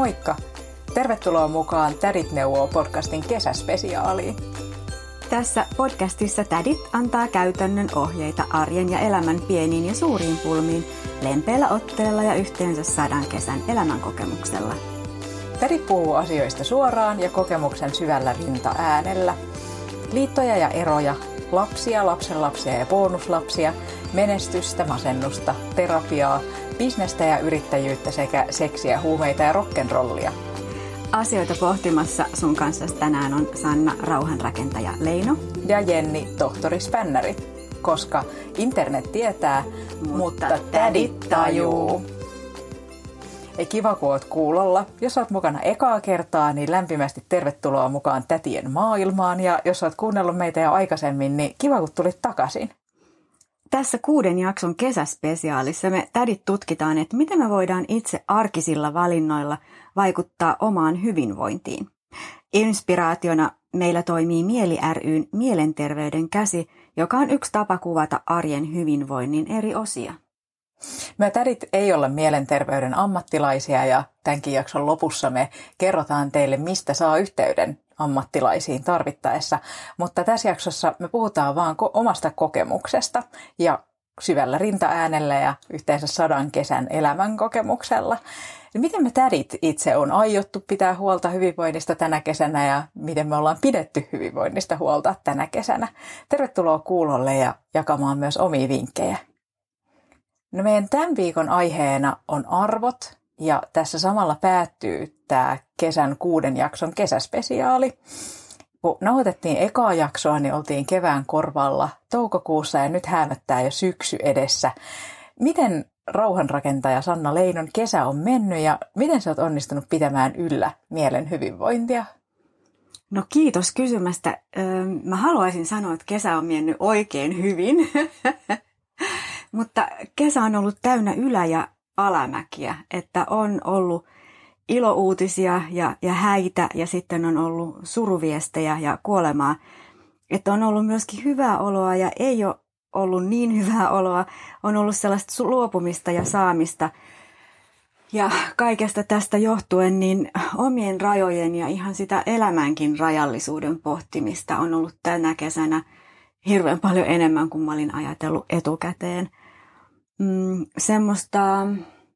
Moikka! Tervetuloa mukaan Tädit neuvoo podcastin kesäspesiaaliin. Tässä podcastissa tädit antaa käytännön ohjeita arjen ja elämän pieniin ja suuriin pulmiin lempeällä otteella ja yhteensä 100 kesän elämänkokemuksella. Tädit puhuu asioista suoraan ja kokemuksen syvällä rintaäänellä. Liittoja ja eroja, lapsia, lapsenlapsia ja bonuslapsia, menestystä, masennusta, terapiaa, bisnestä ja yrittäjyyttä sekä seksiä, huumeita ja rock'n'rollia. Asioita pohtimassa sun kanssa tänään on Sanna, rauhanrakentaja Leino. Ja Jenni, tohtori Spännäri. Koska internet tietää, mutta tädit tajuu. Ei kiva, kun oot kuulolla. Jos oot mukana ekaa kertaa, niin lämpimästi tervetuloa mukaan tätien maailmaan. Ja jos oot kuunnellut meitä jo aikaisemmin, niin kiva, kun tulit takaisin. Tässä 6 jakson kesäspesiaalissa me tädit tutkitaan, että miten me voidaan itse arkisilla valinnoilla vaikuttaa omaan hyvinvointiin. Inspiraationa meillä toimii Mieli ry:n mielenterveyden käsi, joka on yksi tapa kuvata arjen hyvinvoinnin eri osia. Me tädit ei olla mielenterveyden ammattilaisia ja tämänkin jakson lopussa me kerrotaan teille, mistä saa yhteyden ammattilaisiin tarvittaessa. Mutta tässä jaksossa me puhutaan vaan omasta kokemuksesta ja syvällä rintaäänellä ja yhteensä 100 kesän elämänkokemuksella. Miten me tädit itse on aiottu pitää huolta hyvinvoinnista tänä kesänä ja miten me ollaan pidetty hyvinvoinnista huolta tänä kesänä? Tervetuloa kuulolle ja jakamaan myös omia vinkkejä. No meidän tämän viikon aiheena on arvot ja tässä samalla päättyy tämä kesän 6 jakson kesäspesiaali. Kun nauhoitettiin ekaa jaksoa, niin oltiin kevään korvalla toukokuussa ja nyt häämöttää jo syksy edessä. Miten rauhanrakentaja Sanna Leinon kesä on mennyt ja miten sä oot onnistunut pitämään yllä mielen hyvinvointia? No kiitos kysymästä. Mä haluaisin sanoa, että kesä on mennyt oikein hyvin. Mutta kesä on ollut täynnä ylä- ja alamäkiä, että on ollut ilouutisia ja häitä ja sitten on ollut suruviestejä ja kuolemaa. Että on ollut myöskin hyvää oloa ja ei ole ollut niin hyvää oloa. On ollut sellaista luopumista ja saamista. Ja kaikesta tästä johtuen niin omien rajojen ja ihan sitä elämänkin rajallisuuden pohtimista on ollut tänä kesänä hirveän paljon enemmän kuin mä olin ajatellut etukäteen. Semmoista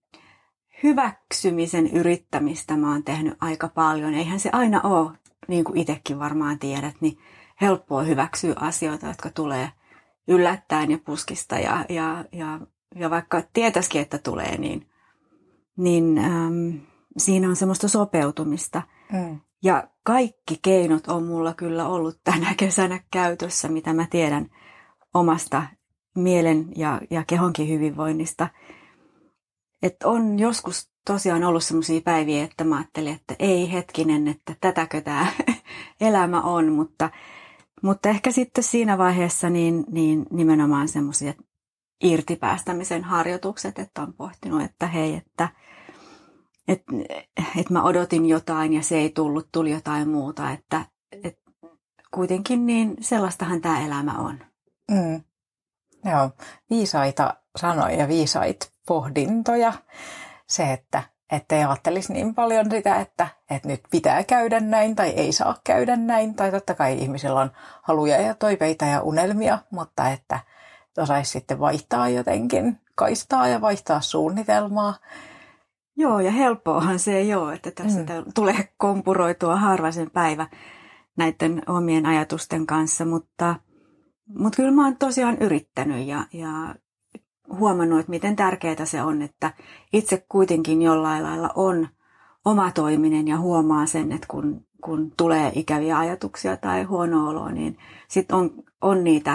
hyväksymisen yrittämistä mä oon tehnyt aika paljon. Eihän se aina ole, niin kuin itsekin varmaan tiedät, niin helppoa hyväksyä asioita, jotka tulee yllättäen ja puskista. Ja vaikka tietäisikin, että tulee, niin siinä on semmoista sopeutumista. Ja kaikki keinot on mulla kyllä ollut tänä kesänä käytössä, mitä mä tiedän omasta mielen ja kehonkin hyvinvoinnista. Että on joskus tosiaan ollut semmoisia päiviä, että mä ajattelin, että ei hetkinen, että tätäkö tämä elämä on. Mutta ehkä sitten siinä vaiheessa niin nimenomaan semmoisia irtipäästämisen harjoitukset, että on pohtinut, että hei, että mä odotin jotain ja se ei tullut, tuli jotain muuta. Että kuitenkin niin sellaistahan tämä elämä on. Joo, viisaita sanoja ja viisait pohdintoja. Se, että ei ajattelisi niin paljon sitä, että nyt pitää käydä näin tai ei saa käydä näin. Tai totta kai ihmisillä on haluja ja toiveita ja unelmia, mutta että osaisi sitten vaihtaa jotenkin kaistaa ja vaihtaa suunnitelmaa. Joo, ja helppoahan se ei ole, että tässä tulee kompuroitua harvaisen päivä näiden omien ajatusten kanssa, mutta kyllä mä oon tosiaan yrittänyt ja huomannut, että miten tärkeää se on, että itse kuitenkin jollain lailla on omatoiminen ja huomaa sen, että kun tulee ikäviä ajatuksia tai huono olo, niin sitten on niitä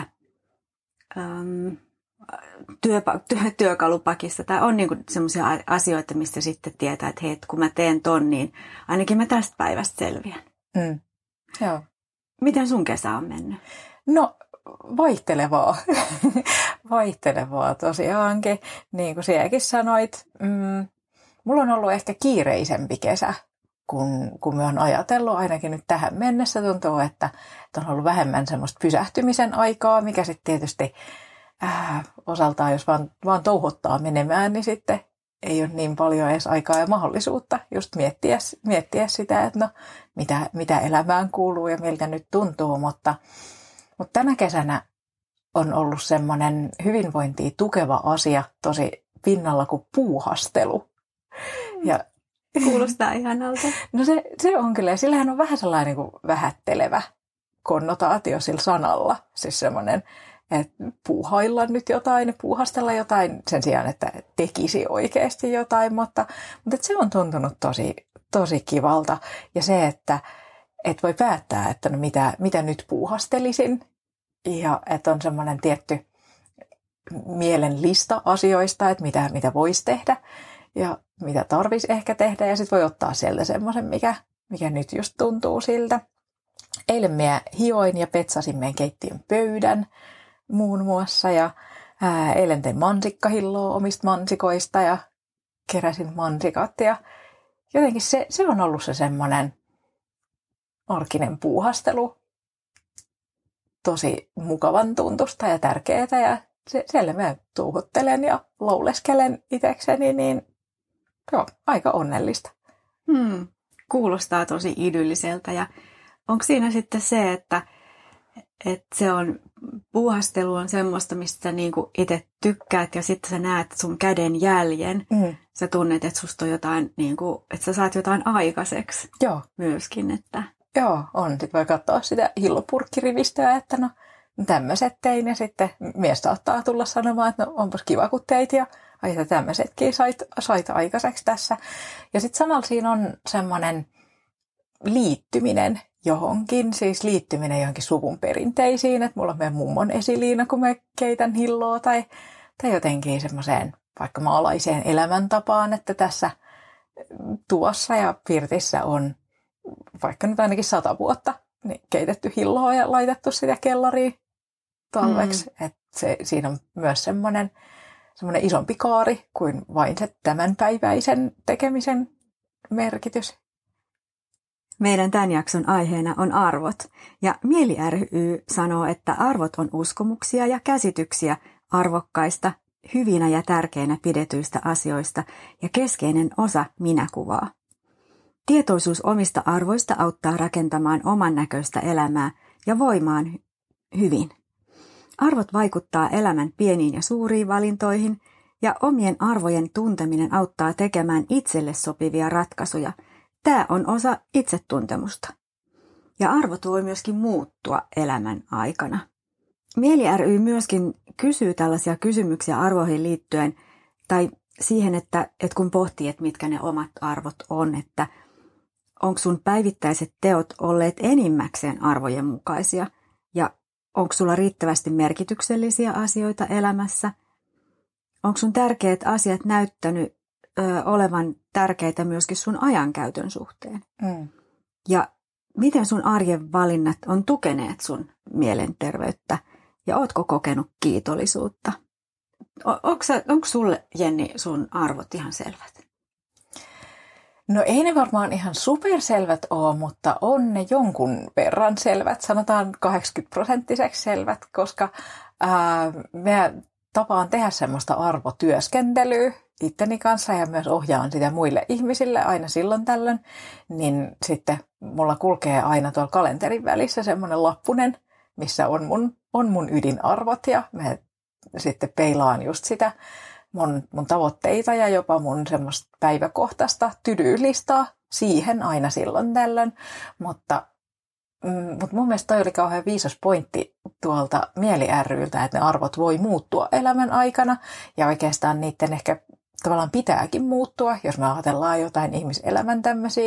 työkalupakissa tai on niinku semmoisia asioita, mistä sitten tietää, että hei, kun mä teen ton, niin ainakin mä tästä päivästä selviän. Joo. Miten sun kesä on mennyt? No vaihtelevaa. Vaihtelevaa tosiaankin. Niin kuin sinäkin sanoit, mulla on ollut ehkä kiireisempi kesä, kun me on ajatellut. Ainakin nyt tähän mennessä tuntuu, että on ollut vähemmän semmoista pysähtymisen aikaa, mikä sitten tietysti osaltaan, jos vaan touhottaa menemään, niin sitten ei ole niin paljon edes aikaa ja mahdollisuutta just miettiä sitä, että no mitä elämään kuuluu ja miltä nyt tuntuu, mutta tänä kesänä on ollut semmoinen hyvinvointia tukeva asia tosi pinnalla kuin puuhastelu. Ja kuulostaa ihanalta. No se on kyllä, ja sillähän on vähän sellainen niin kuin vähättelevä konnotaatio sillä sanalla. Siis semmoinen, että puuhailla nyt jotain, puuhastella jotain sen sijaan, että tekisi oikeasti jotain, mutta että se on tuntunut tosi kivalta. Ja se, että voi päättää, että no mitä nyt puuhastelisin, ja että on semmoinen tietty mielen lista asioista, että mitä voisi tehdä ja mitä tarvitsisi ehkä tehdä, ja sitten voi ottaa sieltä semmoisen, mikä nyt just tuntuu siltä. Eilen minä hioin ja petsasin meidän keittiön pöydän muun muassa, ja eilen tein mansikkahilloa omista mansikoista ja keräsin mansikat, ja jotenkin se on ollut se semmoinen arkinen puuhastelu, tosi mukavan tuntusta ja tärkeää, ja siellä mä tuuhuttelen ja lauleskelen itsekseni, niin joo, aika onnellista. Kuulostaa tosi idylliseltä, ja onko siinä sitten se, että se on, puuhastelu on semmoista, mistä niinku itse tykkäät, ja sitten sä näet sun käden jäljen. Sä tunnet, että susta on jotain, niinku, että sä saat jotain aikaiseksi. Joo. Myöskin. Että Joo, on. Sitten voi katsoa sitä hillopurkkirivistöä, että no tämmöiset tein, ja sitten mies saattaa tulla sanomaan, että no onpas kiva kun teit, ja ai tämmöisetkin sait aikaiseksi tässä. Ja sitten samalla siinä on semmoinen liittyminen johonkin, siis liittyminen johonkin suvun perinteisiin, että mulla on meidän mummon esiliina, kun mä keitän hilloa, tai jotenkin semmoiseen vaikka maalaiseen elämäntapaan, että tässä tuossa ja pirtissä on vaikka nyt ainakin 100 vuotta niin keitetty hilloa ja laitettu sitä kellariin talveksi. Että siinä on myös semmoinen isompi kaari kuin vain se tämänpäiväisen tekemisen merkitys. Meidän tämän jakson aiheena on arvot, ja Mieli ry sanoo, että arvot on uskomuksia ja käsityksiä arvokkaista, hyvinä ja tärkeinä pidetyistä asioista ja keskeinen osa minäkuvaa. Tietoisuus omista arvoista auttaa rakentamaan oman näköistä elämää ja voimaan hyvin. Arvot vaikuttaa elämän pieniin ja suuriin valintoihin, ja omien arvojen tunteminen auttaa tekemään itselle sopivia ratkaisuja. Tämä on osa itsetuntemusta. Ja arvot voi myöskin muuttua elämän aikana. Mieli ry myöskin kysyy tällaisia kysymyksiä arvoihin liittyen, tai siihen, että kun pohtii, että mitkä ne omat arvot on, että onko sun päivittäiset teot olleet enimmäkseen arvojen mukaisia, ja onko sulla riittävästi merkityksellisiä asioita elämässä? Onko sun tärkeät asiat näyttänyt olevan tärkeitä myöskin sun ajankäytön suhteen? Ja miten sun arjen valinnat on tukeneet sun mielenterveyttä, ja ootko kokenut kiitollisuutta? Onko sulle, Jenni, sun arvot ihan selvät? No ei ne varmaan ihan superselvät ole, mutta on ne jonkun verran selvät, sanotaan 80% selvät, koska mä tapaan tehdä semmoista arvotyöskentelyä itteni kanssa ja myös ohjaan sitä muille ihmisille aina silloin tällöin, niin sitten mulla kulkee aina tuolla kalenterin välissä semmoinen lappunen, missä on mun ydinarvot, ja mä sitten peilaan just sitä mun tavoitteita ja jopa mun semmoista päiväkohtaista to-do-listaa siihen aina silloin tällöin, mutta mun mielestä toi oli kauhean viisas pointti tuolta Mieli ryltä, että ne arvot voi muuttua elämän aikana, ja oikeastaan niiden ehkä tavallaan pitääkin muuttua, jos me ajatellaan jotain ihmiselämän tämmöisiä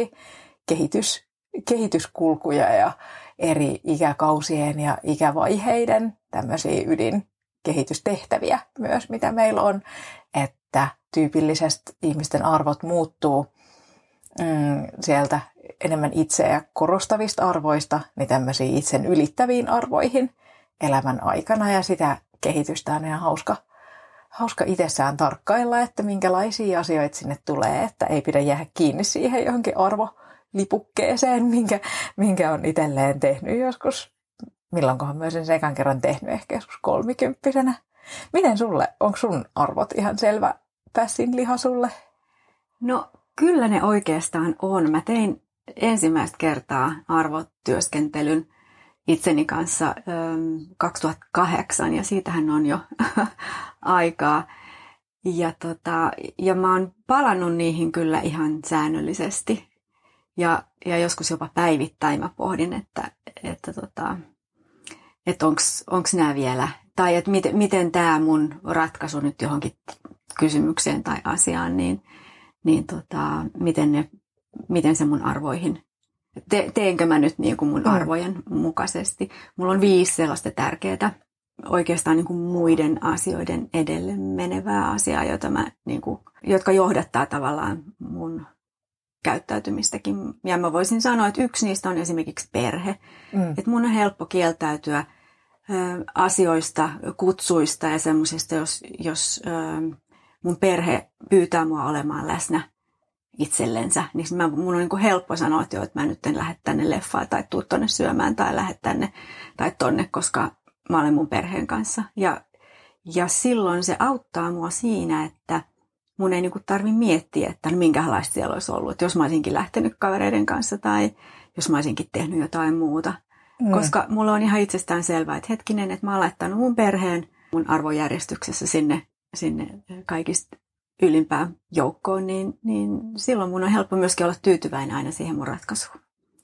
kehityskulkuja ja eri ikäkausien ja ikävaiheiden tämmöisiä ydinkehitystehtäviä myös, mitä meillä on, että tyypillisesti ihmisten arvot muuttuu sieltä enemmän itseä korostavista arvoista niin tämmöisiin itsen ylittäviin arvoihin elämän aikana, ja sitä kehitystä on ihan hauska itsessään tarkkailla, että minkälaisia asioita sinne tulee, että ei pidä jäädä kiinni siihen johonkin arvolipukkeeseen, minkä on itselleen tehnyt joskus. Milloinkohan myös sen ekan kerran tehnyt, ehkä joskus 30-vuotiaana. Miten sulle, onko sun arvot ihan selvä pässinliha sulle? No kyllä ne oikeastaan on. Mä tein ensimmäistä kertaa arvotyöskentelyn itseni kanssa 2008 ja siitähän on jo aikaa. Ja mä oon palannut niihin kyllä ihan säännöllisesti ja joskus jopa päivittäin mä pohdin, että onko nämä vielä, tai että miten tämä mun ratkaisu nyt johonkin kysymykseen tai asiaan, niin miten se mun arvoihin, teenkö mä nyt niin kuin mun arvojen mukaisesti. Mulla on 5 sellaista tärkeää, oikeastaan niin kuin muiden asioiden edelle menevää asiaa, jotka johdattaa tavallaan mun käyttäytymistäkin. Ja mä voisin sanoa, että yksi niistä on esimerkiksi perhe. Että mun on helppo kieltäytyä asioista, kutsuista ja semmoisista, jos mun perhe pyytää mua olemaan läsnä itsellensä, niin mun on niin kuin helppo sanoa, että mä nyt en lähde tänne leffaan tai tuu tonne syömään tai lähde tänne tai tonne, koska mä olen mun perheen kanssa. Ja silloin se auttaa mua siinä, että mun ei niinku tarvitse miettiä, että minkälaista siellä olisi ollut. Että jos mä olisinkin lähtenyt kavereiden kanssa tai jos mä olisinkin tehnyt jotain muuta. Koska mulla on ihan itsestään selvää, että hetkinen, että mä oon laittanut mun perheen mun arvojärjestyksessä sinne kaikista ylimpään joukkoon, niin silloin mun on helppo myöskin olla tyytyväinen aina siihen mun ratkaisuun.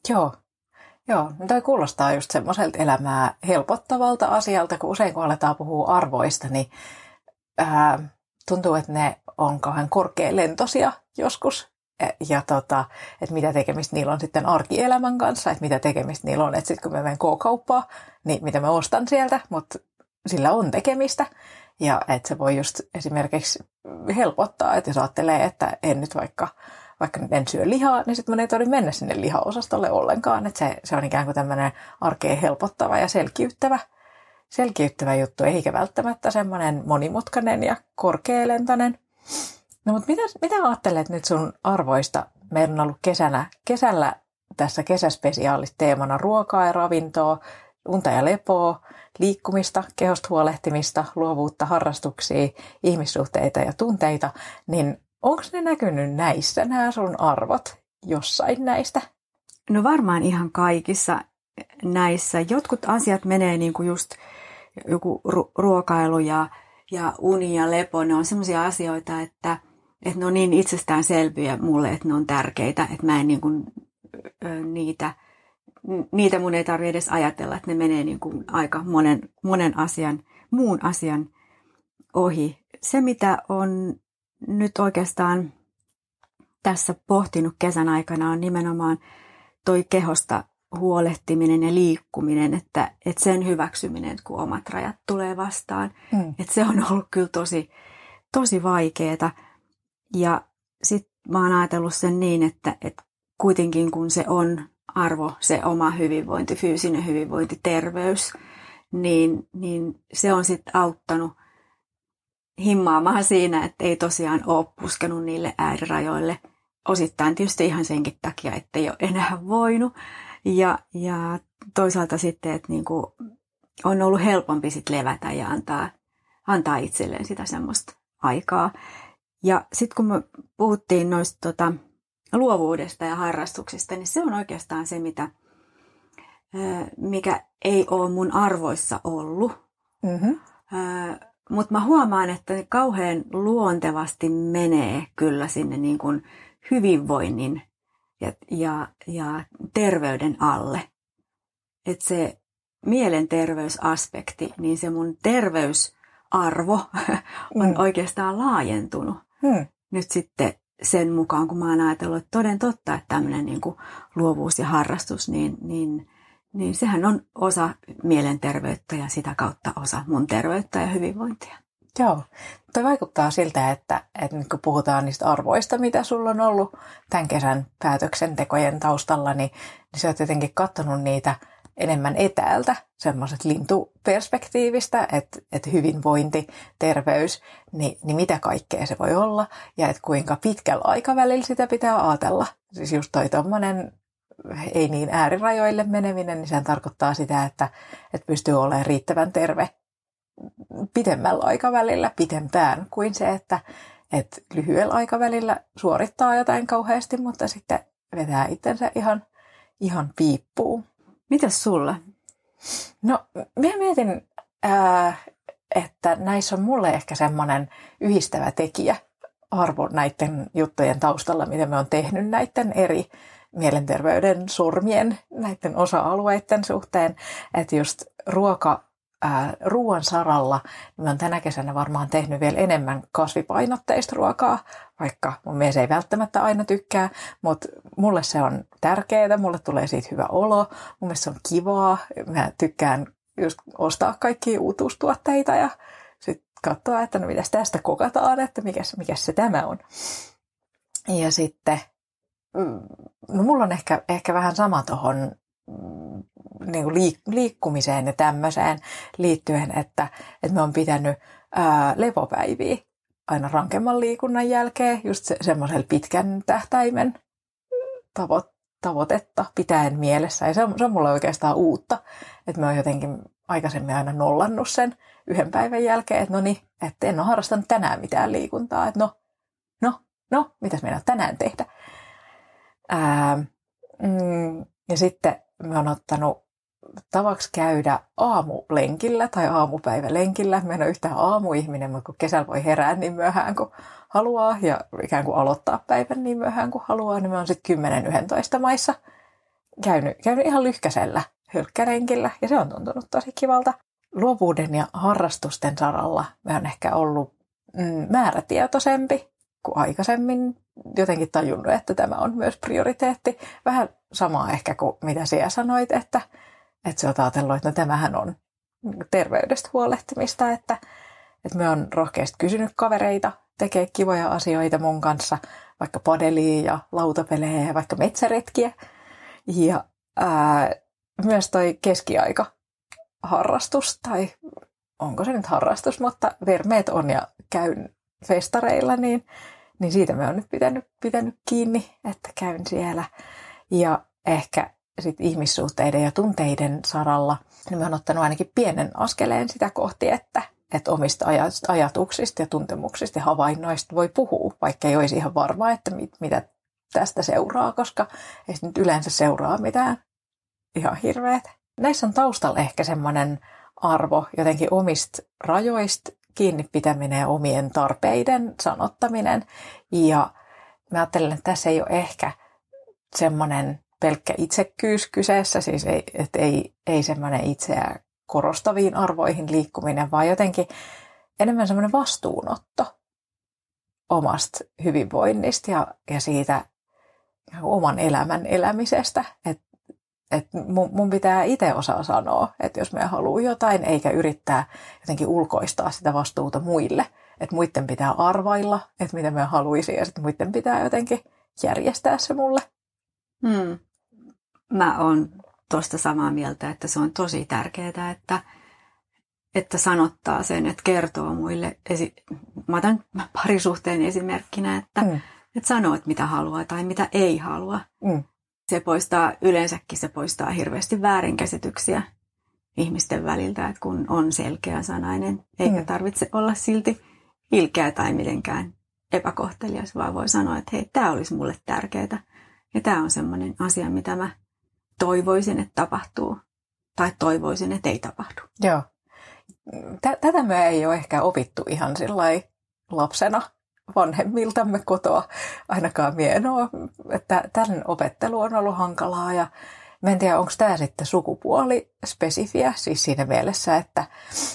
Joo, toi kuulostaa just semmoiselta elämää helpottavalta asialta, kun usein kun aletaan puhua arvoista, niin tuntuu, että ne on kauhean korkealentoisia joskus. Ja että mitä tekemistä niillä on sitten arkielämän kanssa, että mitä tekemistä niillä on, että sitten kun mä menen K-kauppaan, niin mitä mä ostan sieltä, mutta sillä on tekemistä. Ja että se voi just esimerkiksi helpottaa, että jos ajattelee, että en nyt vaikka nyt en syö lihaa, niin sitten mun ei tarvitse mennä sinne lihaosastolle ollenkaan. Että se on ikään kuin tämmöinen arkeen helpottava ja selkiyttävä juttu, eikä välttämättä semmoinen monimutkainen ja korkealentoinen. No mutta mitä ajattelet nyt sun arvoista? Meillä on ollut kesällä tässä kesäspesiaalissa teemana ruokaa ja ravintoa, unta ja lepoa, liikkumista, kehosta huolehtimista, luovuutta, harrastuksia, ihmissuhteita ja tunteita, niin onko ne näkynyt näissä, nämä sun arvot, jossain näistä? No varmaan ihan kaikissa näissä. Jotkut asiat menee niin kuin just joku ruokailu ja uni ja lepo, ne on sellaisia asioita, että ne on niin itsestäänselviä mulle, että ne on tärkeitä, että mä en niin kuin, niitä mun ei tarvitse edes ajatella, että ne menee niin kuin aika monen muun asian ohi. Se, mitä on nyt oikeastaan tässä pohtinut kesän aikana, on nimenomaan toi kehosta huolehtiminen ja liikkuminen, että sen hyväksyminen, kun omat rajat tulee vastaan. Että se on ollut kyllä tosi vaikeeta. Ja sitten mä oon ajatellut sen niin, että kuitenkin kun se on arvo, se oma hyvinvointi, fyysinen hyvinvointi, terveys, niin se on sitten auttanut himmaamaan siinä, että ei tosiaan ole puskenut niille äärirajoille. Osittain tietysti ihan senkin takia, että ei ole enää voinut. Ja toisaalta sitten, että niinku on ollut helpompi sit levätä ja antaa itselleen sitä semmoista aikaa. Ja sitten kun me puhuttiin noista luovuudesta ja harrastuksista, niin se on oikeastaan se, mikä ei ole mun arvoissa ollut. Mutta mä huomaan, että ne kauhean luontevasti menee kyllä sinne niin kuin hyvinvoinnin ja terveyden alle. Että se mielenterveysaspekti, niin se mun terveysarvo on oikeastaan laajentunut. Nyt sitten sen mukaan, kun mä oon ajatellut, että toden totta, että tämmöinen niin kuin luovuus ja harrastus, niin sehän on osa mielenterveyttä ja sitä kautta osa mun terveyttä ja hyvinvointia. Joo, mutta vaikuttaa siltä, että nyt kun puhutaan niistä arvoista, mitä sulla on ollut tämän kesän päätöksentekojen taustalla, niin sä oot jotenkin katsonut niitä enemmän etäältä, semmoiset lintuperspektiivistä, että hyvinvointi, terveys, niin mitä kaikkea se voi olla ja että kuinka pitkällä aikavälillä sitä pitää ajatella. Siis just toi tommonen ei niin äärirajoille meneminen, niin sehän tarkoittaa sitä, että pystyy olemaan riittävän terve pitemmällä aikavälillä, pitempään kuin se, että että lyhyellä aikavälillä suorittaa jotain kauheasti, mutta sitten vetää itsensä ihan piippuun. Mitäs sulla? No, minä mietin, että näissä on mulle ehkä semmoinen yhdistävä tekijä arvo näiden juttujen taustalla, mitä me on tehnyt näiden eri mielenterveyden sormien, näiden osa-alueiden suhteen, että just ruoan saralla me on tänä kesänä varmaan tehnyt vielä enemmän kasvipainotteista ruokaa, vaikka mun mies ei välttämättä aina tykkää, mutta mulle se on tärkeää, mulle tulee siitä hyvä olo, mun mielestä se on kivaa, mä tykkään just ostaa kaikkia uutuustuotteita ja sitten katsoa, että no mitäs tästä kokataan, että mikäs se tämä on. Ja sitten, no mulla on ehkä vähän sama tuohon niin kuin liikkumiseen ja tämmöiseen liittyen, että me on pitänyt lepopäiviä aina rankemman liikunnan jälkeen, just semmoisella pitkän tähtäimen tavoitetta pitäen mielessä. Ja se on mulle oikeastaan uutta, että mä oon jotenkin aikaisemmin aina nollannut sen yhden päivän jälkeen, että no niin, että en ole harrastanut tänään mitään liikuntaa, että mitäs meidän tänään tehdä. Ja sitten mä oon ottanut tavaksi käydä aamulenkillä tai aamupäivälenkillä. Mä en ole yhtään aamuihminen, mutta kun kesällä voi herää niin myöhään kuin haluaa ja ikään kuin aloittaa päivän niin myöhään kuin haluaa, niin mä oon sitten 10-11 maissa käynyt ihan lyhkäisellä hölkkälenkillä ja se on tuntunut tosi kivalta. Luovuuden ja harrastusten saralla mä oon ehkä ollut määrätietoisempi kuin aikaisemmin. Jotenkin tajunnut, että tämä on myös prioriteetti. Vähän samaa ehkä kuin mitä sinä sanoit, että sä oot ajatellut, että no tämähän on terveydestä huolehtimista, että me on rohkeasti kysynyt kavereita tekee kivoja asioita mun kanssa, vaikka padelia ja lautapelejä ja vaikka metsäretkiä. Ja myös toi keskiaika-harrastus, tai onko se nyt harrastus, mutta vermeet on ja käyn festareilla, niin siitä me on nyt pitänyt kiinni, että käyn siellä. Ja ehkä sitten ihmissuhteiden ja tunteiden saralla niin mä oon ottanut ainakin pienen askeleen sitä kohti, että omista ajatuksista ja tuntemuksista ja havainnoista voi puhua, vaikka ei olisi ihan varma, että mitä tästä seuraa, koska ei nyt yleensä seuraa mitään ihan hirveätä. Näissä on taustalla ehkä semmoinen arvo jotenkin omista rajoista kiinni pitäminen ja omien tarpeiden sanottaminen. Ja mä ajattelen, että tässä ei ole ehkä semmoinen pelkkä itsekkyys kyseessä, siis ei semmoinen itseä korostaviin arvoihin liikkuminen, vaan jotenkin enemmän semmoinen vastuunotto omasta hyvinvoinnista ja siitä oman elämän elämisestä. Että mun pitää itse osaa sanoa, että jos me haluaa jotain, eikä yrittää jotenkin ulkoistaa sitä vastuuta muille. Että muiden pitää arvailla, että mitä me haluaisin, ja sitten muiden pitää jotenkin järjestää se mulle. Mä oon tuosta samaa mieltä, että se on tosi tärkeää, että sanottaa sen, että kertoo muille. Mä otan parisuhteen esimerkkinä, että sanoo, että mitä haluaa tai mitä ei halua. Se poistaa hirveästi väärinkäsityksiä ihmisten väliltä, että kun on selkeäsanainen, eikä tarvitse olla silti ilkeä tai mitenkään epäkohtelias, vaan voi sanoa, että hei, tämä olisi mulle tärkeää. Ja tämä on semmoinen asia, mitä mä toivoisin, että tapahtuu. Tai toivoisin, että ei tapahdu. Joo. Tätä me ei ole ehkä opittu ihan sillai lapsena vanhemmiltamme kotoa. Ainakaan mie en ole. Että tällainen opettelu on ollut hankalaa. Ja mä en tiedä, onko tämä sitten sukupuolispesifiä. Siis siinä mielessä, että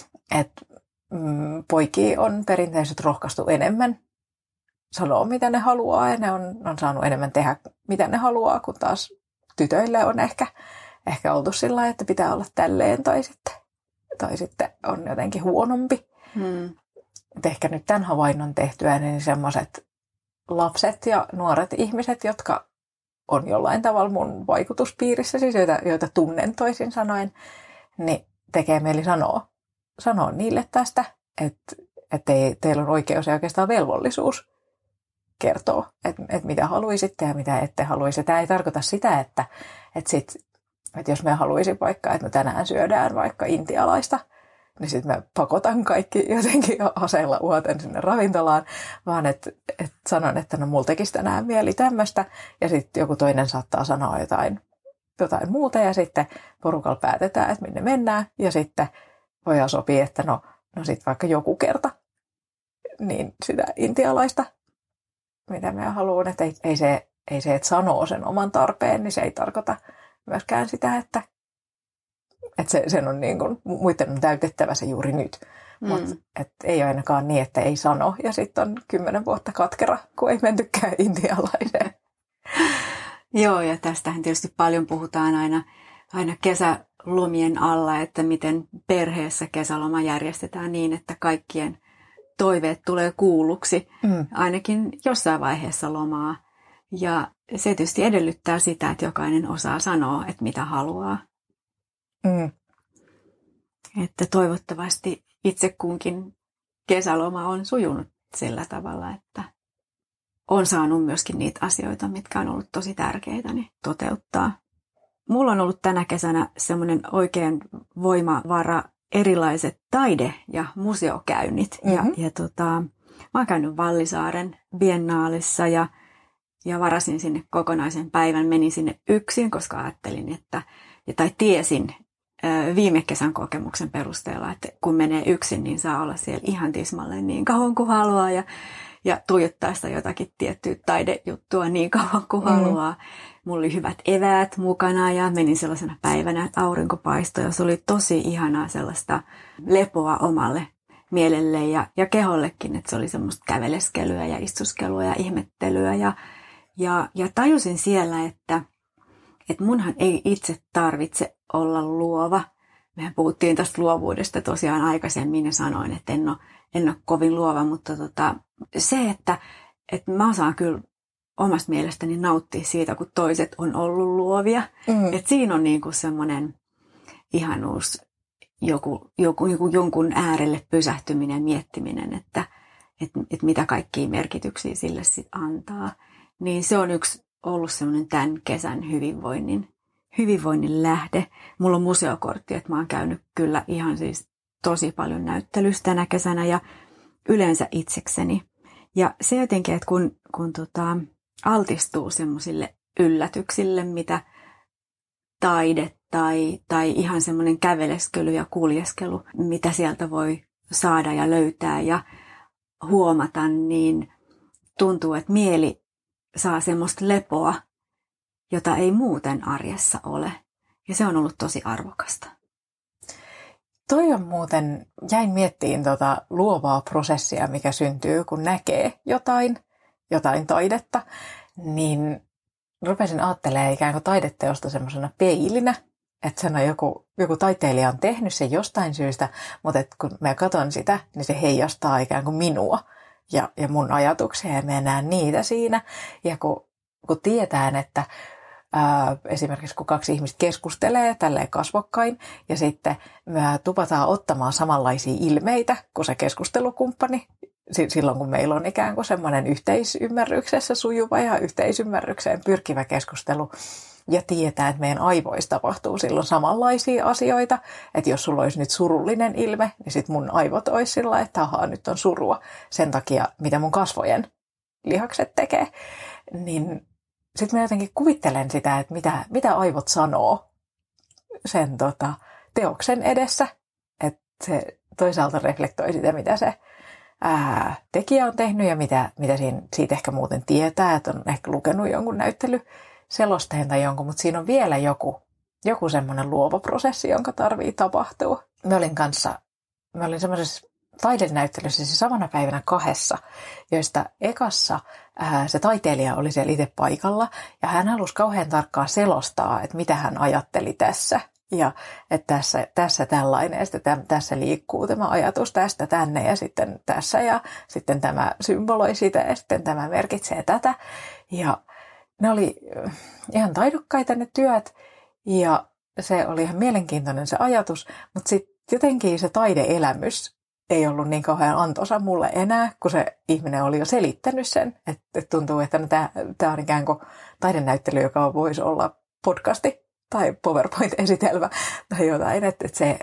poikia on perinteisesti rohkaistu enemmän sanoo, mitä ne haluaa, ja ne on saanut enemmän tehdä, mitä ne haluaa, kun taas tytöille on ehkä oltu sillä lailla, että pitää olla tälleen, tai sitten on jotenkin huonompi. Et ehkä nyt tämän havainnon tehtyä, niin semmoiset lapset ja nuoret ihmiset, jotka on jollain tavalla mun vaikutuspiirissä, siis joita tunnen toisin sanoen, niin tekee mieli sanoa niille tästä, että teillä on oikeus ja oikeastaan velvollisuus kertoo, että mitä haluaisitte ja mitä ette haluaisi. Tämä ei tarkoita sitä, että jos me haluaisin vaikka, että me tänään syödään vaikka intialaista niin sitten mä pakotan kaikki jotenkin aseella uoten sinne ravintolaan, vaan että sanon, että no mulla tekisi tänään mieli tämmöistä, ja sitten joku toinen saattaa sanoa jotain muuta, ja sitten porukalla päätetään, että minne mennään, ja sitten voidaan sopia, että no sitten vaikka joku kerta, niin sitä intialaista, mitä mä haluan, että ei se, että sanoo sen oman tarpeen, niin se ei tarkoita myöskään sitä, että sen on niin kuin, muiden on täytettävä se juuri nyt. Mutta ei ainakaan niin, että ei sano, ja sitten on 10 vuotta katkera, kun ei mentykään intialaiseen. Joo, ja tästähän tietysti paljon puhutaan aina kesälomien alla, että miten perheessä kesäloma järjestetään niin, että kaikkien toiveet tulee kuulluksi, ainakin jossain vaiheessa lomaa. Ja se tietysti edellyttää sitä, että jokainen osaa sanoa, että mitä haluaa. Että toivottavasti itse kunkin kesäloma on sujunut sillä tavalla, että on saanut myöskin niitä asioita, mitkä on ollut tosi tärkeitä, niin toteuttaa. Mulla on ollut tänä kesänä semmoinen oikein voimavara erilaiset taide- ja museokäynnit. Mä oon käynyt Vallisaaren biennaalissa ja varasin sinne kokonaisen päivän. Menin sinne yksin, koska ajattelin, tiesin viime kesän kokemuksen perusteella, että kun menee yksin, niin saa olla siellä ihan tismalleen niin kauan kuin haluaa ja tuijottaa sitä jotakin tiettyä taidejuttua niin kauan kuin haluaa. Mulla oli hyvät eväät mukana ja menin sellaisena päivänä, että aurinko paistoi ja se oli tosi ihanaa sellaista lepoa omalle mielelle ja kehollekin, että se oli semmoista käveleskelyä ja istuskelua ja ihmettelyä ja tajusin siellä, että munhan ei itse tarvitse olla luova. Mehän puhuttiin tästä luovuudesta tosiaan aikaisemmin ja sanoin, että en ole kovin luova, mutta se, että mä osaan kyllä omasta mielestäni nauttia siitä, kun toiset on ollut luovia. Että siinä on niinku semmoinen ihanuus, jonkun äärelle pysähtyminen ja miettiminen, että mitä kaikkia merkityksiä sille sit antaa. Niin se on ollut semmoinen tämän kesän hyvinvoinnin lähde. Mulla on museokortti, että mä oon käynyt kyllä ihan siis tosi paljon näyttelystä tänä kesänä ja yleensä itsekseni. Ja se jotenkin, että kun altistuu semmoisille yllätyksille, mitä taide tai ihan semmoinen käveleskely ja kuljeskelu, mitä sieltä voi saada ja löytää ja huomata, niin tuntuu, että mieli saa semmoista lepoa, jota ei muuten arjessa ole. Ja se on ollut tosi arvokasta. Toi on muuten, jäin miettiin luovaa prosessia, mikä syntyy, kun näkee jotain taidetta, niin rupesin ajattelemaan ikään kuin taideteosta semmoisena peilinä, että sen on joku taiteilija on tehnyt sen jostain syystä, mutta kun mä katson sitä, niin se heijastaa ikään kuin minua ja mun ajatuksia ja mä näen niitä siinä. Ja kun tietään, että esimerkiksi kun 2 ihmistä keskustelee tälleen kasvokkain ja sitten me tupataan ottamaan samanlaisia ilmeitä kuin se keskustelukumppani, silloin kun meillä on ikään kuin semmoinen yhteisymmärryksessä sujuva ja yhteisymmärrykseen pyrkivä keskustelu ja tietää, että meidän aivoissa tapahtuu silloin samanlaisia asioita, että jos sulla olisi nyt surullinen ilme, niin sitten mun aivot olisi sillä, että ahaa, nyt on surua sen takia, mitä mun kasvojen lihakset tekee, niin sitten mä jotenkin kuvittelen sitä, että mitä aivot sanoo sen teoksen edessä, että se toisaalta reflektoi sitä, mitä se tekijä on tehnyt ja mitä siitä ehkä muuten tietää, että on ehkä lukenut jonkun näyttelyselosteen tai jonkun, mutta siinä on vielä joku semmoinen luova prosessi, jonka tarvii tapahtua. Mä olin semmoisessa taidenäyttelyssä siis samana päivänä 2, joista ekassa se taiteilija oli siellä itse paikalla ja hän halusi kauhean tarkkaan selostaa, että mitä hän ajatteli tässä. Ja että tässä tällainen ja sitten tässä liikkuu tämä ajatus tästä tänne ja sitten tässä ja sitten tämä symboloi sitä ja sitten tämä merkitsee tätä. Ja ne oli ihan taidokkaita ne työt ja se oli ihan mielenkiintoinen se ajatus, mutta sitten jotenkin se taideelämys ei ollut niin kauhean antoisa mulle enää, kun se ihminen oli jo selittänyt sen. Että tuntuu, että tämä on ikään kuin taidenäyttely, joka voisi olla podcasti tai PowerPoint-esitelmä tai jotain. Että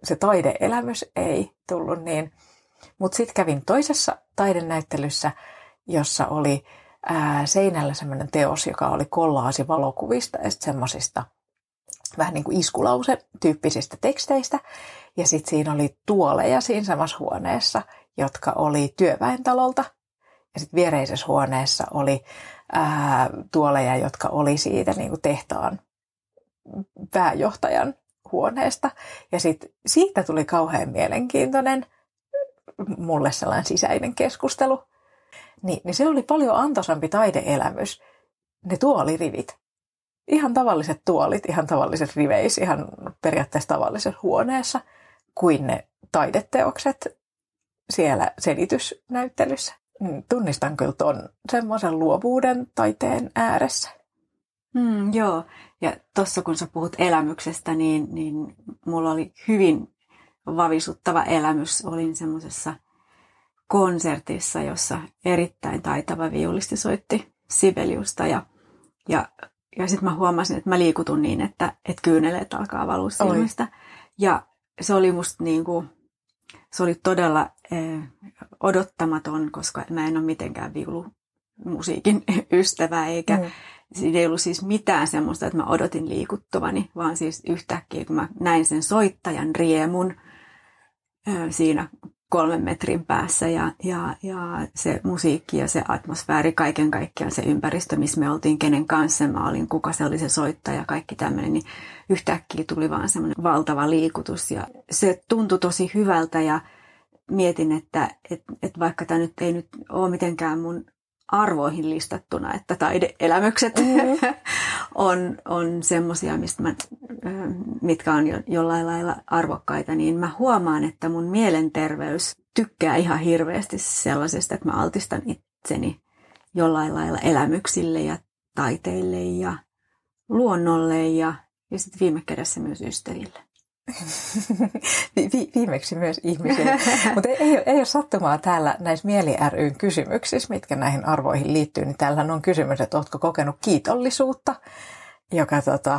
se taideelämys ei tullut niin. Mutta sitten kävin toisessa taidenäyttelyssä, jossa oli seinällä semmoinen teos, joka oli kollaasi valokuvista ja sitten semmoisista vähän niin kuin iskulause-tyyppisistä teksteistä. Ja sitten siinä oli tuoleja siinä samassa huoneessa, jotka oli työväentalolta. Ja sitten viereisessä huoneessa oli tuoleja, jotka oli siitä niin kuin tehtaan pääjohtajan huoneesta. Ja sitten siitä tuli kauhean mielenkiintoinen mulle sellainen sisäinen keskustelu. Niin se oli paljon antoisampi taideelämys. Ne tuolirivit. Ihan tavalliset tuolit, ihan tavalliset riveissä, ihan periaatteessa tavallisessa huoneessa, kuin ne taideteokset siellä selitysnäyttelyssä. Tunnistan kyllä ton semmoisen luovuuden taiteen ääressä. Joo, ja tuossa kun sä puhut elämyksestä, niin mulla oli hyvin vavisuttava elämys. Olin semmoisessa konsertissa, jossa erittäin taitava viulisti soitti Sibeliusta ja sitten mä huomasin, että mä liikutun niin, että kyyneleet alkaa valua silmistä. Ja se oli musta niinku, se oli todella odottamaton, koska mä en ole mitenkään viulumusiikin ystävä, eikä siinä ei ollut siis mitään semmoista, että mä odotin liikuttuvani, vaan siis yhtäkkiä, kun mä näin sen soittajan riemun siinä 3 metrin päässä ja se musiikki ja se atmosfääri, kaiken kaikkiaan se ympäristö, missä me oltiin, kenen kanssa mä olin, kuka se oli se soittaja, kaikki tämmöinen, niin yhtäkkiä tuli vaan semmoinen valtava liikutus ja se tuntui tosi hyvältä ja mietin, että vaikka tämä nyt ei nyt ole mitenkään mun arvoihin listattuna, että taideelämykset on semmoisia, mitkä on jollain lailla arvokkaita, niin mä huomaan, että mun mielenterveys tykkää ihan hirveästi sellaisesta, että mä altistan itseni jollain lailla elämyksille ja taiteille ja luonnolle ja sitten viime kädessä myös ystäville. Viimeksi myös ihmisille. Mutta ei ole sattumaa täällä näissä Mieli ry:n kysymyksissä, mitkä näihin arvoihin liittyy, niin täällähän on kysymys, että oletko kokenut kiitollisuutta, joka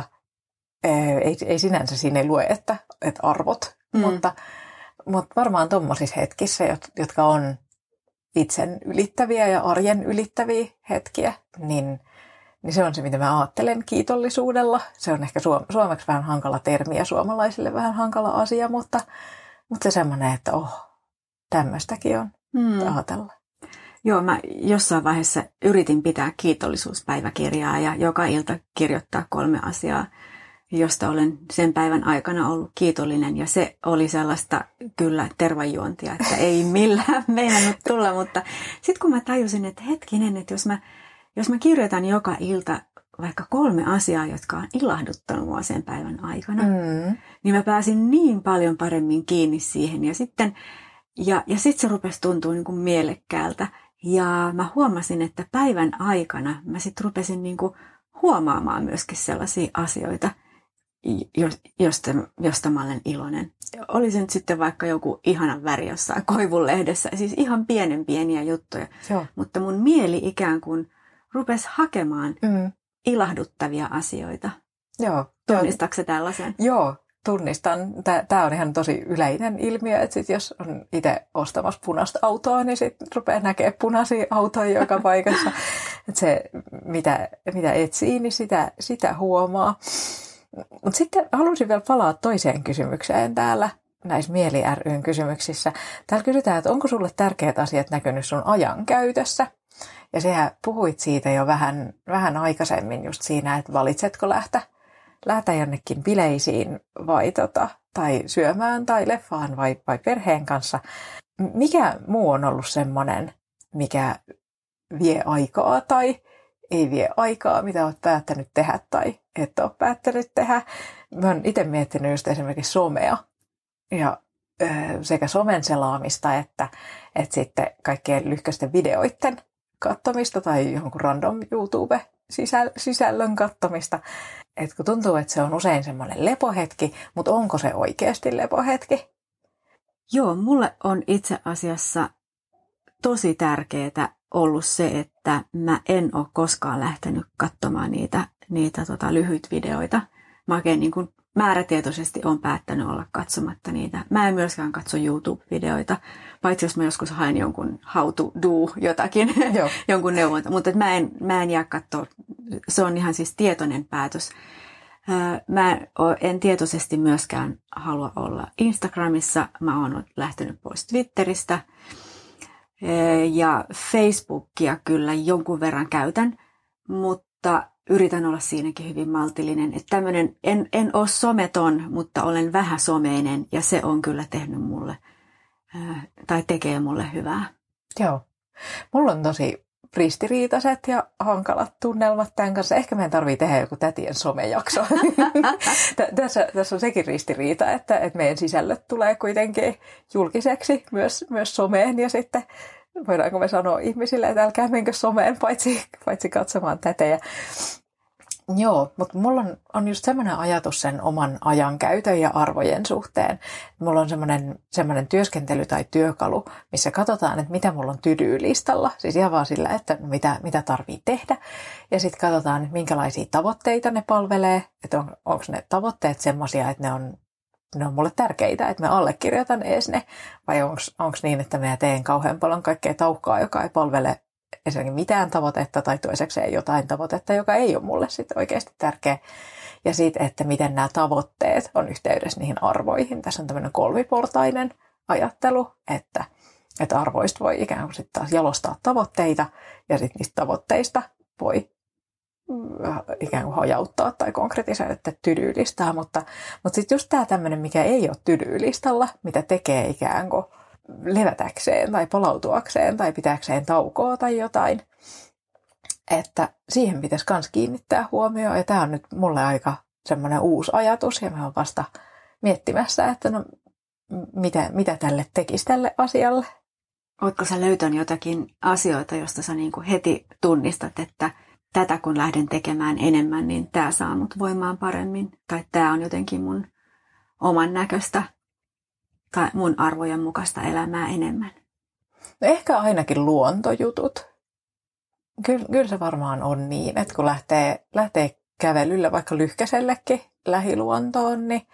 ei sinänsä siinä ei lue, että arvot, mutta varmaan tuommoisissa hetkissä, jotka on itsen ylittäviä ja arjen ylittäviä hetkiä, niin se on se, mitä mä ajattelen kiitollisuudella. Se on ehkä suomeksi vähän hankala termi ja suomalaisille vähän hankala asia, mutta se semmoinen, että tämmöistäkin on ajatella. Joo, mä jossain vaiheessa yritin pitää kiitollisuuspäiväkirjaa ja joka ilta kirjoittaa 3 asiaa, josta olen sen päivän aikana ollut kiitollinen. Ja se oli sellaista kyllä tervajuontia, että ei millään meinannut tulla, mutta sitten kun mä tajusin, että hetkinen, että jos mä kirjoitan joka ilta vaikka 3 asiaa, jotka on ilahduttanut mua sen päivän aikana, niin mä pääsin niin paljon paremmin kiinni siihen. Ja sitten se rupesi tuntua niin kuin mielekkäältä. Ja mä huomasin, että päivän aikana mä sitten rupesin niin kuin huomaamaan myöskin sellaisia asioita, josta mä olen iloinen. Oli se nyt sitten vaikka joku ihana väri jossain koivunlehdessä, siis ihan pieniä juttuja. Joo. Mutta mun mieli ikään kuin rupesi hakemaan ilahduttavia asioita. Joo. Tunnistatko sä tällaisen? Joo, tunnistan. Tämä on ihan tosi yleinen ilmiö, että sit jos on itse ostamassa punaista autoa, niin sitten rupeaa näkemään punaisia autoja joka paikassa. Että se, mitä etsii, niin sitä huomaa. Mutta sitten halusin vielä palaa toiseen kysymykseen täällä näissä Mieli ry:n kysymyksissä. Täällä kysytään, että onko sulle tärkeät asiat näkynyt sun ajankäytössä? Ja sehän puhuit siitä jo vähän aikaisemmin just siinä, että valitsetko lähteä jonnekin bileisiin vai tai syömään tai leffaan vai perheen kanssa. Mikä muu on ollut semmoinen, mikä vie aikaa tai ei vie aikaa, mitä olet päättänyt tehdä tai et ole päättänyt tehdä? Mä oon itse miettinyt just esimerkiksi somea ja sekä somen selaamista että sitten kaikkien lyhkäisten videoiden katsomista tai jonkun random YouTube-sisällön katsomista. Et kun tuntuu, että se on usein semmoinen lepohetki, mutta onko se oikeasti lepohetki? Joo, mulle on itse asiassa tosi tärkeää ollut se, että mä en ole koskaan lähtenyt katsomaan niitä lyhyt videoita. Mä oikein niin kuin määrätietoisesti olen päättänyt olla katsomatta niitä. Mä en myöskään katso YouTube-videoita, paitsi jos mä joskus haen jonkun how to do jotakin, jonkun neuvonta. Mutta mä en jää katsoa, se on ihan siis tietoinen päätös. Mä en tietoisesti myöskään halua olla Instagramissa, mä oon lähtenyt pois Twitteristä ja Facebookia kyllä jonkun verran käytän, mutta yritän olla siinäkin hyvin maltillinen. Että tämmönen, en ole someton, mutta olen vähän someinen ja se on kyllä tehnyt mulle tai tekee mulle hyvää. Joo. Mulla on tosi ristiriitaiset ja hankalat tunnelmat tämän kanssa. Ehkä meidän tarvitsee tehdä joku tätien somejakso. Tässä on sekin ristiriita, että meidän sisällöt tulee kuitenkin julkiseksi myös someen ja sitten voidaanko me sanoa ihmisille, että älkää menkö someen, paitsi katsomaan tätejä. Joo, mutta mulla on just semmoinen ajatus sen oman ajankäytön ja arvojen suhteen. Mulla on semmoinen työskentely tai työkalu, missä katsotaan, että mitä mulla on to-do-listalla. Siis ihan vaan sillä, että mitä tarvii tehdä. Ja sitten katsotaan, että minkälaisia tavoitteita ne palvelee. Että onko ne tavoitteet semmoisia, että ne on mulle tärkeitä, että mä allekirjoitan ees ne. Vai onko niin, että mä teen kauhean paljon kaikkea taukkaa, joka ei palvele ensinnäkin mitään tavoitetta tai toisekseen jotain tavoitetta, joka ei ole mulle sitten oikeasti tärkeä. Ja sitten, että miten nämä tavoitteet on yhteydessä niihin arvoihin. Tässä on tämmöinen kolmiportainen ajattelu, että arvoista voi ikään kuin sitten taas jalostaa tavoitteita ja sitten niistä tavoitteista voi ikään kuin hajauttaa tai konkretisoida to-do-listaa. Mutta sitten just tämä tämmöinen, mikä ei ole to-do-listalla, mitä tekee ikään kuin levätäkseen tai palautuakseen tai pitääkseen taukoa tai jotain. Että siihen pitäisi myös kiinnittää huomioon. Ja tämä on nyt mulle aika semmoinen uusi ajatus ja mä oon vasta miettimässä, että no mitä tälle tekisi tälle asialle. Ootko sä löytänyt jotakin asioita, josta sä niin kuin heti tunnistat, että tätä kun lähden tekemään enemmän, niin tämä saa mut voimaan paremmin. Tai tämä on jotenkin mun oman näköistä tai mun arvojen mukaista elämää enemmän? No ehkä ainakin luontojutut. Kyllä se varmaan on niin, että kun lähtee kävelyllä vaikka lyhkäisellekin lähiluontoon, niin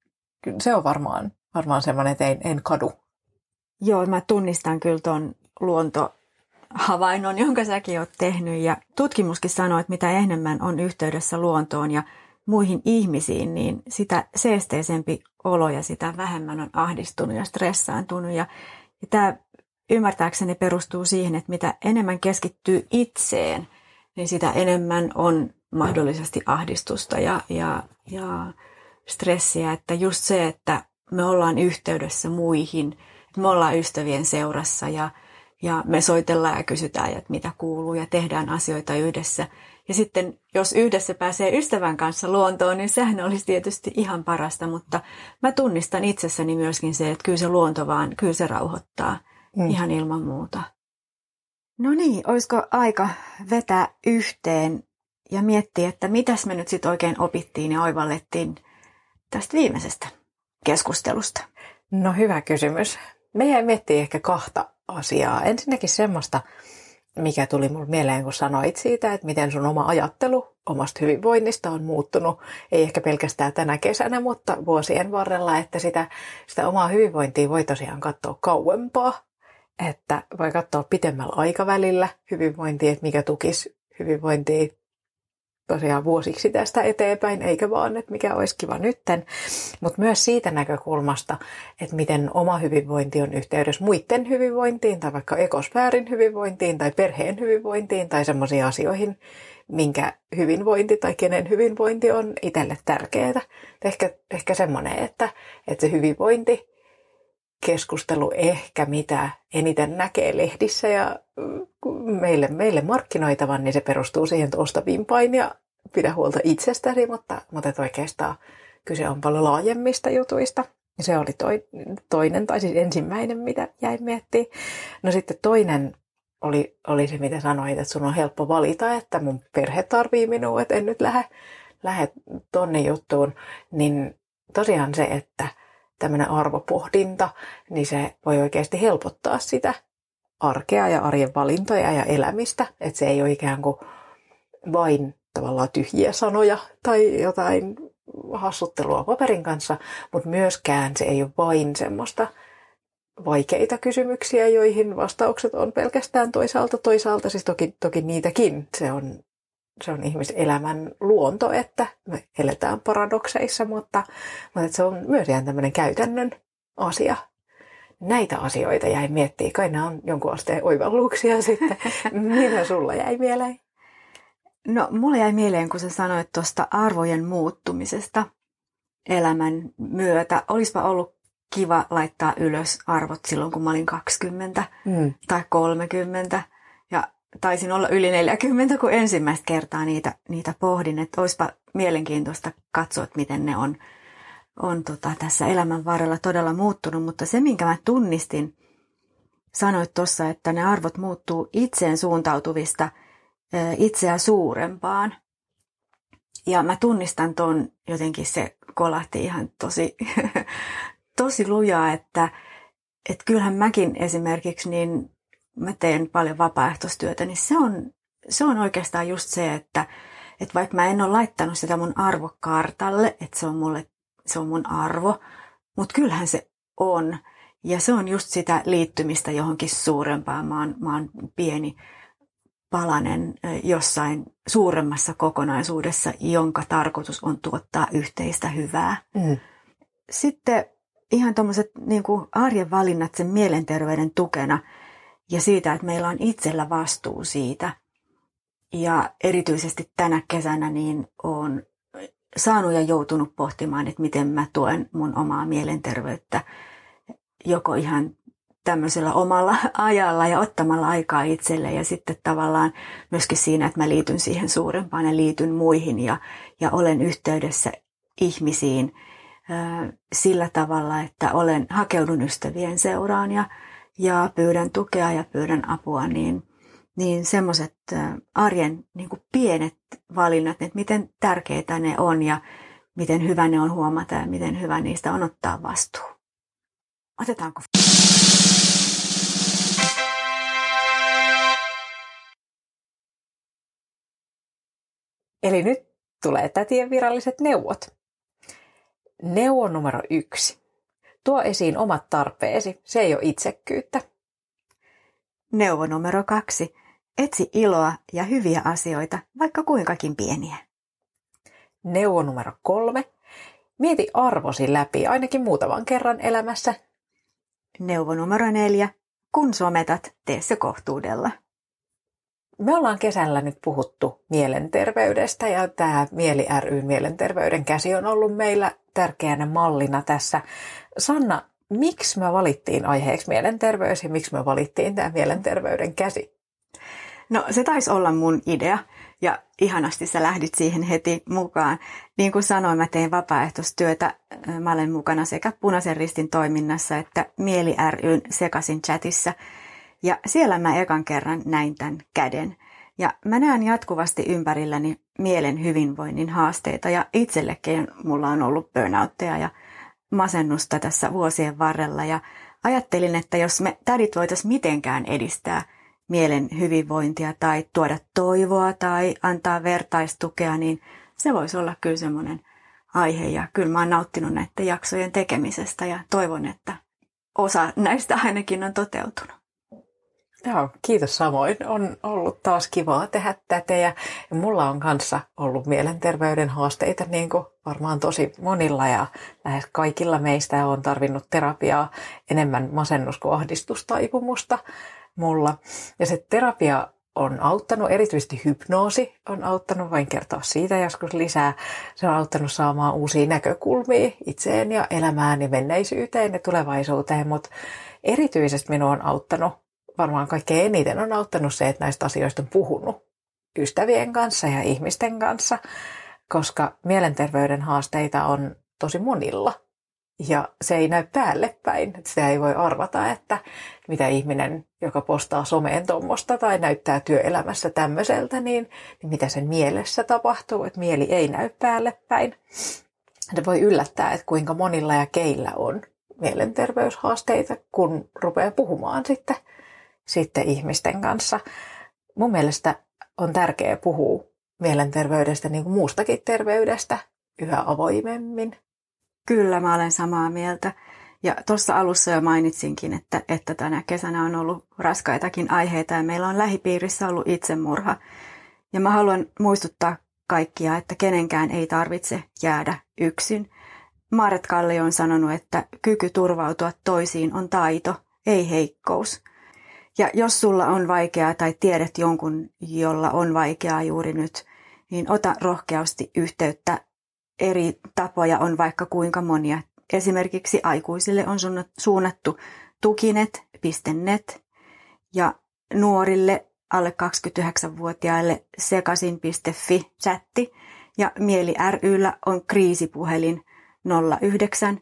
se on varmaan semmoinen, että en kadu. Joo, mä tunnistan kyllä tuon luontohavainnon, jonka säkin oot tehnyt. Ja tutkimuskin sanoo, että mitä enemmän on yhteydessä luontoon ja muihin ihmisiin, niin sitä seesteisempi olo ja sitä vähemmän on ahdistunut ja stressaantunut. Ja tämä ymmärtääkseni perustuu siihen, että mitä enemmän keskittyy itseen, niin sitä enemmän on mahdollisesti ahdistusta ja stressiä. Että just se, että me ollaan yhteydessä muihin, me ollaan ystävien seurassa ja me soitellaan ja kysytään, että mitä kuuluu ja tehdään asioita yhdessä. Ja sitten jos yhdessä pääsee ystävän kanssa luontoon, niin sehän olisi tietysti ihan parasta, mutta mä tunnistan itsessäni myöskin se, että kyllä se luonto vaan, kyllä se rauhoittaa ihan ilman muuta. No niin, olisiko aika vetää yhteen ja miettiä, että mitäs me nyt sitten oikein opittiin ja oivallettiin tästä viimeisestä keskustelusta? No hyvä kysymys. Me jäi miettimään ehkä kahta asiaa. Ensinnäkin semmoista, mikä tuli mulle mieleen, kun sanoit siitä, että miten sun oma ajattelu omasta hyvinvoinnista on muuttunut. Ei ehkä pelkästään tänä kesänä, mutta vuosien varrella, että sitä omaa hyvinvointia voi tosiaan katsoa kauempaa. Että voi katsoa pitemmällä aikavälillä hyvinvointia, että mikä tukisi hyvinvointia tosiaan vuosiksi tästä eteenpäin, eikä vaan, että mikä olisi kiva nytten. Mutta myös siitä näkökulmasta, että miten oma hyvinvointi on yhteydessä muiden hyvinvointiin, tai vaikka ekosfäärin hyvinvointiin, tai perheen hyvinvointiin, tai semmoisiin asioihin, minkä hyvinvointi tai kenen hyvinvointi on itselle tärkeää. Ehkä semmoinen, että se hyvinvointi, keskustelu ehkä mitä eniten näkee lehdissä ja meille markkinoitavan, niin se perustuu siihen, että osta vimpain ja pidä huolta itsestäsi, mutta oikeastaan kyse on paljon laajemmista jutuista. Ja se oli toinen, tai siis ensimmäinen, mitä jäi miettimään. No sitten toinen oli se, mitä sanoit, että sun on helppo valita, että mun perhe tarvii minua, että en nyt lähde tonne juttuun. Niin tosiaan se, että tämmöinen arvopohdinta, niin se voi oikeasti helpottaa sitä arkea ja arjen valintoja ja elämistä. Että se ei ole ikään kuin vain tavallaan tyhjiä sanoja tai jotain hassuttelua paperin kanssa, mutta myöskään se ei ole vain semmoista vaikeita kysymyksiä, joihin vastaukset on pelkästään toisaalta siis toki niitäkin. Se on ihmiselämän luonto, että me eletään paradokseissa, mutta se on myös ihan tämmöinen käytännön asia. Näitä asioita jäi miettimään. Kai nämä on jonkun asteen oivalluksia sitten. Mitä sulla jäi mieleen? No, mulle jäi mieleen, kun sä sanoit tuosta arvojen muuttumisesta elämän myötä. Olispa ollut kiva laittaa ylös arvot silloin, kun mä olin 20 tai 30. Ja taisin olla yli 40, kun ensimmäistä kertaa niitä pohdin. Että olisipa mielenkiintoista katsoa, että miten ne on tässä elämän varrella todella muuttunut. Mutta se, minkä mä tunnistin, sanoit tuossa, että ne arvot muuttuu itseen suuntautuvista itseä suurempaan. Ja mä tunnistan ton, jotenkin se kolahti ihan tosi lujaa, että kyllähän mäkin esimerkiksi, niin mä teen paljon vapaaehtoistyötä, niin se on oikeastaan just se, että vaikka mä en ole laittanut sitä mun arvokartalle, että se on mun arvo, mutta kyllähän se on. Ja se on just sitä liittymistä johonkin suurempaan. Mä oon pieni palanen jossain suuremmassa kokonaisuudessa, jonka tarkoitus on tuottaa yhteistä hyvää. Sitten ihan tommoset niin kuin arjen valinnat sen mielenterveyden tukena ja siitä, että meillä on itsellä vastuu siitä. Ja erityisesti tänä kesänä niin olen saanut ja joutunut pohtimaan, että miten mä tuen mun omaa mielenterveyttä joko ihan tämmöisellä omalla ajalla ja ottamalla aikaa itselle ja sitten tavallaan myöskin siinä, että mä liityn siihen suurempaan ja liityn muihin ja olen yhteydessä ihmisiin sillä tavalla, että hakeudun ystävien seuraan ja pyydän tukea ja pyydän apua, niin semmoiset arjen niin kuin pienet valinnat, että miten tärkeitä ne on ja miten hyvä ne on huomata ja miten hyvä niistä on ottaa vastuu. Otetaanko? Eli nyt tulee tätien viralliset neuvot. Neuvo numero 1. Tuo esiin omat tarpeesi, se ei ole itsekkyyttä. Neuvo numero 2. Etsi iloa ja hyviä asioita, vaikka kuinkakin pieniä. Neuvo numero 3. Mieti arvosi läpi ainakin muutaman kerran elämässä. Neuvo numero 4. Kun sometat, tee se kohtuudella. Me ollaan kesällä nyt puhuttu mielenterveydestä ja tämä Mieli ry:n mielenterveyden käsi on ollut meillä tärkeänä mallina tässä. Sanna, miksi me valittiin aiheeksi mielenterveys ja miksi me valittiin tämä mielenterveyden käsi? No se taisi olla mun idea ja ihanasti sä lähdit siihen heti mukaan. Niin kuin sanoin, mä teen vapaaehtoistyötä. Mä olen mukana sekä Punaisen Ristin toiminnassa että Mieli ry:n Sekasin chatissa. Ja siellä mä ekan kerran näin tämän käden. Ja mä näen jatkuvasti ympärilläni mielen hyvinvoinnin haasteita ja itsellekin mulla on ollut burnoutteja ja masennusta tässä vuosien varrella. Ja ajattelin, että jos me tädit voitaisiin mitenkään edistää mielen hyvinvointia tai tuoda toivoa tai antaa vertaistukea, niin se voisi olla kyllä semmoinen aihe. Ja kyllä mä oon nauttinut näiden jaksojen tekemisestä ja toivon, että osa näistä ainakin on toteutunut. Joo, kiitos samoin. On ollut taas kivaa tehdä tätä ja mulla on kanssa ollut mielenterveyden haasteita niin kuin varmaan tosi monilla ja lähes kaikilla meistä on tarvinnut terapiaa enemmän masennus- kuin ahdistustaipumusta mulla. Ja se terapia on auttanut, erityisesti hypnoosi on auttanut, voin kertoa siitä joskus lisää. Se on auttanut saamaan uusia näkökulmia itseen ja elämään ja menneisyyteen ja tulevaisuuteen, mutta erityisesti minua on auttanut, varmaan kaikkein eniten on auttanut se, että näistä asioista on puhunut ystävien kanssa ja ihmisten kanssa, koska mielenterveyden haasteita on tosi monilla. Ja se ei näy päälle päin. Sitä ei voi arvata, että mitä ihminen, joka postaa someen tuommoista tai näyttää työelämässä tämmöiseltä, niin mitä sen mielessä tapahtuu, että mieli ei näy päälle päin. Se voi yllättää, että kuinka monilla ja keillä on mielenterveyshaasteita, kun rupeaa puhumaan sitten ihmisten kanssa. Mun mielestä on tärkeää puhua mielenterveydestä niin kuin muustakin terveydestä yhä avoimemmin. Kyllä, mä olen samaa mieltä. Ja tuossa alussa jo mainitsinkin, että tänä kesänä on ollut raskaitakin aiheita ja meillä on lähipiirissä ollut itsemurha. Ja mä haluan muistuttaa kaikkia, että kenenkään ei tarvitse jäädä yksin. Maaret Kallio on sanonut, että kyky turvautua toisiin on taito, ei heikkous. Ja jos sulla on vaikeaa tai tiedät jonkun, jolla on vaikeaa juuri nyt, niin ota rohkeasti yhteyttä. Eri tapoja on vaikka kuinka monia. Esimerkiksi aikuisille on suunnattu tukinet.net ja nuorille alle 29-vuotiaille sekasin.fi-chatti ja Mieli ry:llä on kriisipuhelin 09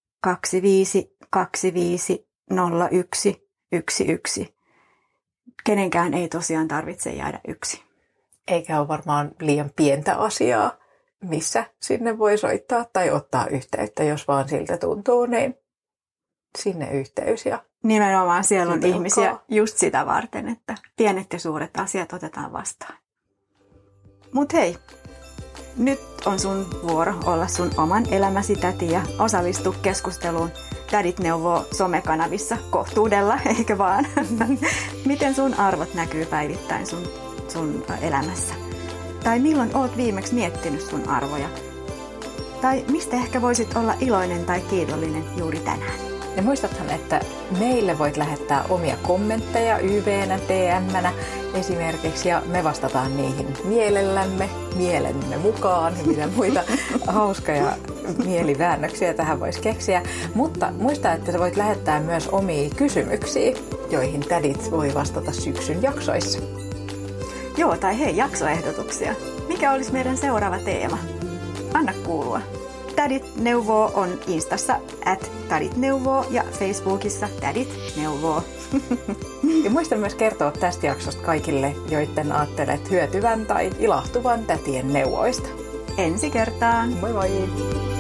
25 25 01 11. Kenenkään ei tosiaan tarvitse jäädä yksin. Eikä ole varmaan liian pientä asiaa, missä sinne voi soittaa tai ottaa yhteyttä, jos vaan siltä tuntuu, niin sinne yhteys. Ja nimenomaan siellä on ihmisiä just sitä varten, että pienet ja suuret asiat otetaan vastaan. Mut hei, nyt on sun vuoro olla sun oman elämäsi täti ja osallistua keskusteluun. Tädit neuvoo somekanavissa kohtuudella, eikä vaan. Miten sun arvot näkyy päivittäin sun elämässä? Tai milloin oot viimeksi miettinyt sun arvoja? Tai mistä ehkä voisit olla iloinen tai kiitollinen juuri tänään? Ja muistathan, että meille voit lähettää omia kommentteja YV:nä, DM:nä esimerkiksi, ja me vastataan niihin mielellämme, mielemme mukaan, mitä muita hauskoja mieliväännöksiä tähän voisi keksiä. Mutta muista, että sä voit lähettää myös omia kysymyksiä, joihin tädit voi vastata syksyn jaksoissa. Joo, tai hei, jaksoehdotuksia. Mikä olisi meidän seuraava teema? Anna kuulua. Tädit neuvoo on Instassa @täditneuvoo ja Facebookissa Tädit neuvoo. Ja muista myös kertoa tästä jaksosta kaikille, joiden ajattelet hyötyvän tai ilahtuvan tätien neuvoista. Ensi kertaan. Moi moi!